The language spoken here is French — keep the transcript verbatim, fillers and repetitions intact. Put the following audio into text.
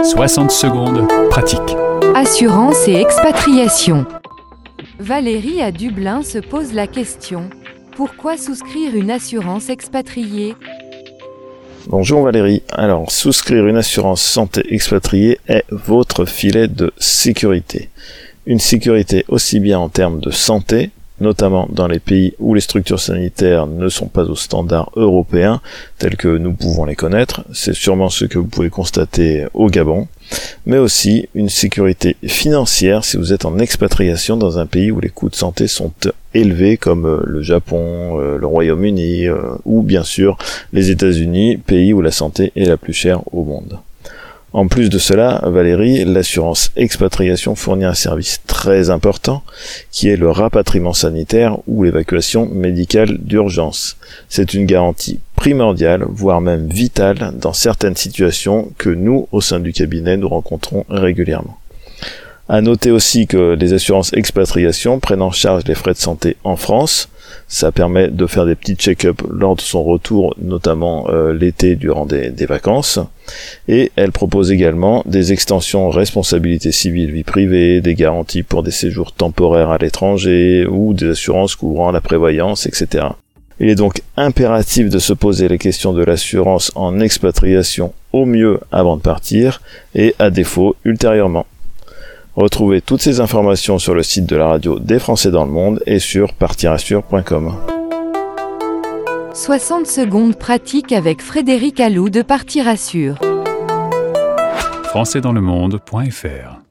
soixante secondes, pratique. Assurance et expatriation. Valérie à Dublin se pose la question: pourquoi souscrire une assurance expatriée ? Bonjour Valérie. Alors, souscrire une assurance santé expatriée est votre filet de sécurité. Une sécurité aussi bien en termes de santé, notamment dans les pays où les structures sanitaires ne sont pas aux standards européens, tels que nous pouvons les connaître. C'est sûrement ce que vous pouvez constater au Gabon. Mais aussi une sécurité financière si vous êtes en expatriation dans un pays où les coûts de santé sont élevés, comme le Japon, le Royaume-Uni ou bien sûr les États-Unis, pays où la santé est la plus chère au monde. En plus de cela, Valérie, l'assurance expatriation fournit un service très important qui est le rapatriement sanitaire ou l'évacuation médicale d'urgence. C'est une garantie primordiale, voire même vitale, dans certaines situations que nous, au sein du cabinet, nous rencontrons régulièrement. À noter aussi que les assurances expatriation prennent en charge les frais de santé en France. Ça permet de faire des petits check-up lors de son retour, notamment euh, l'été durant des, des vacances. Et elle propose également des extensions responsabilité civile vie privée, des garanties pour des séjours temporaires à l'étranger ou des assurances couvrant la prévoyance, et cetera. Il est donc impératif de se poser les questions de l'assurance en expatriation au mieux avant de partir et à défaut ultérieurement. Retrouvez toutes ces informations sur le site de la radio des Français dans le monde et sur partirassure point com. soixante secondes pratique avec Frédéric Alou de Partirassure. français dans le monde point f r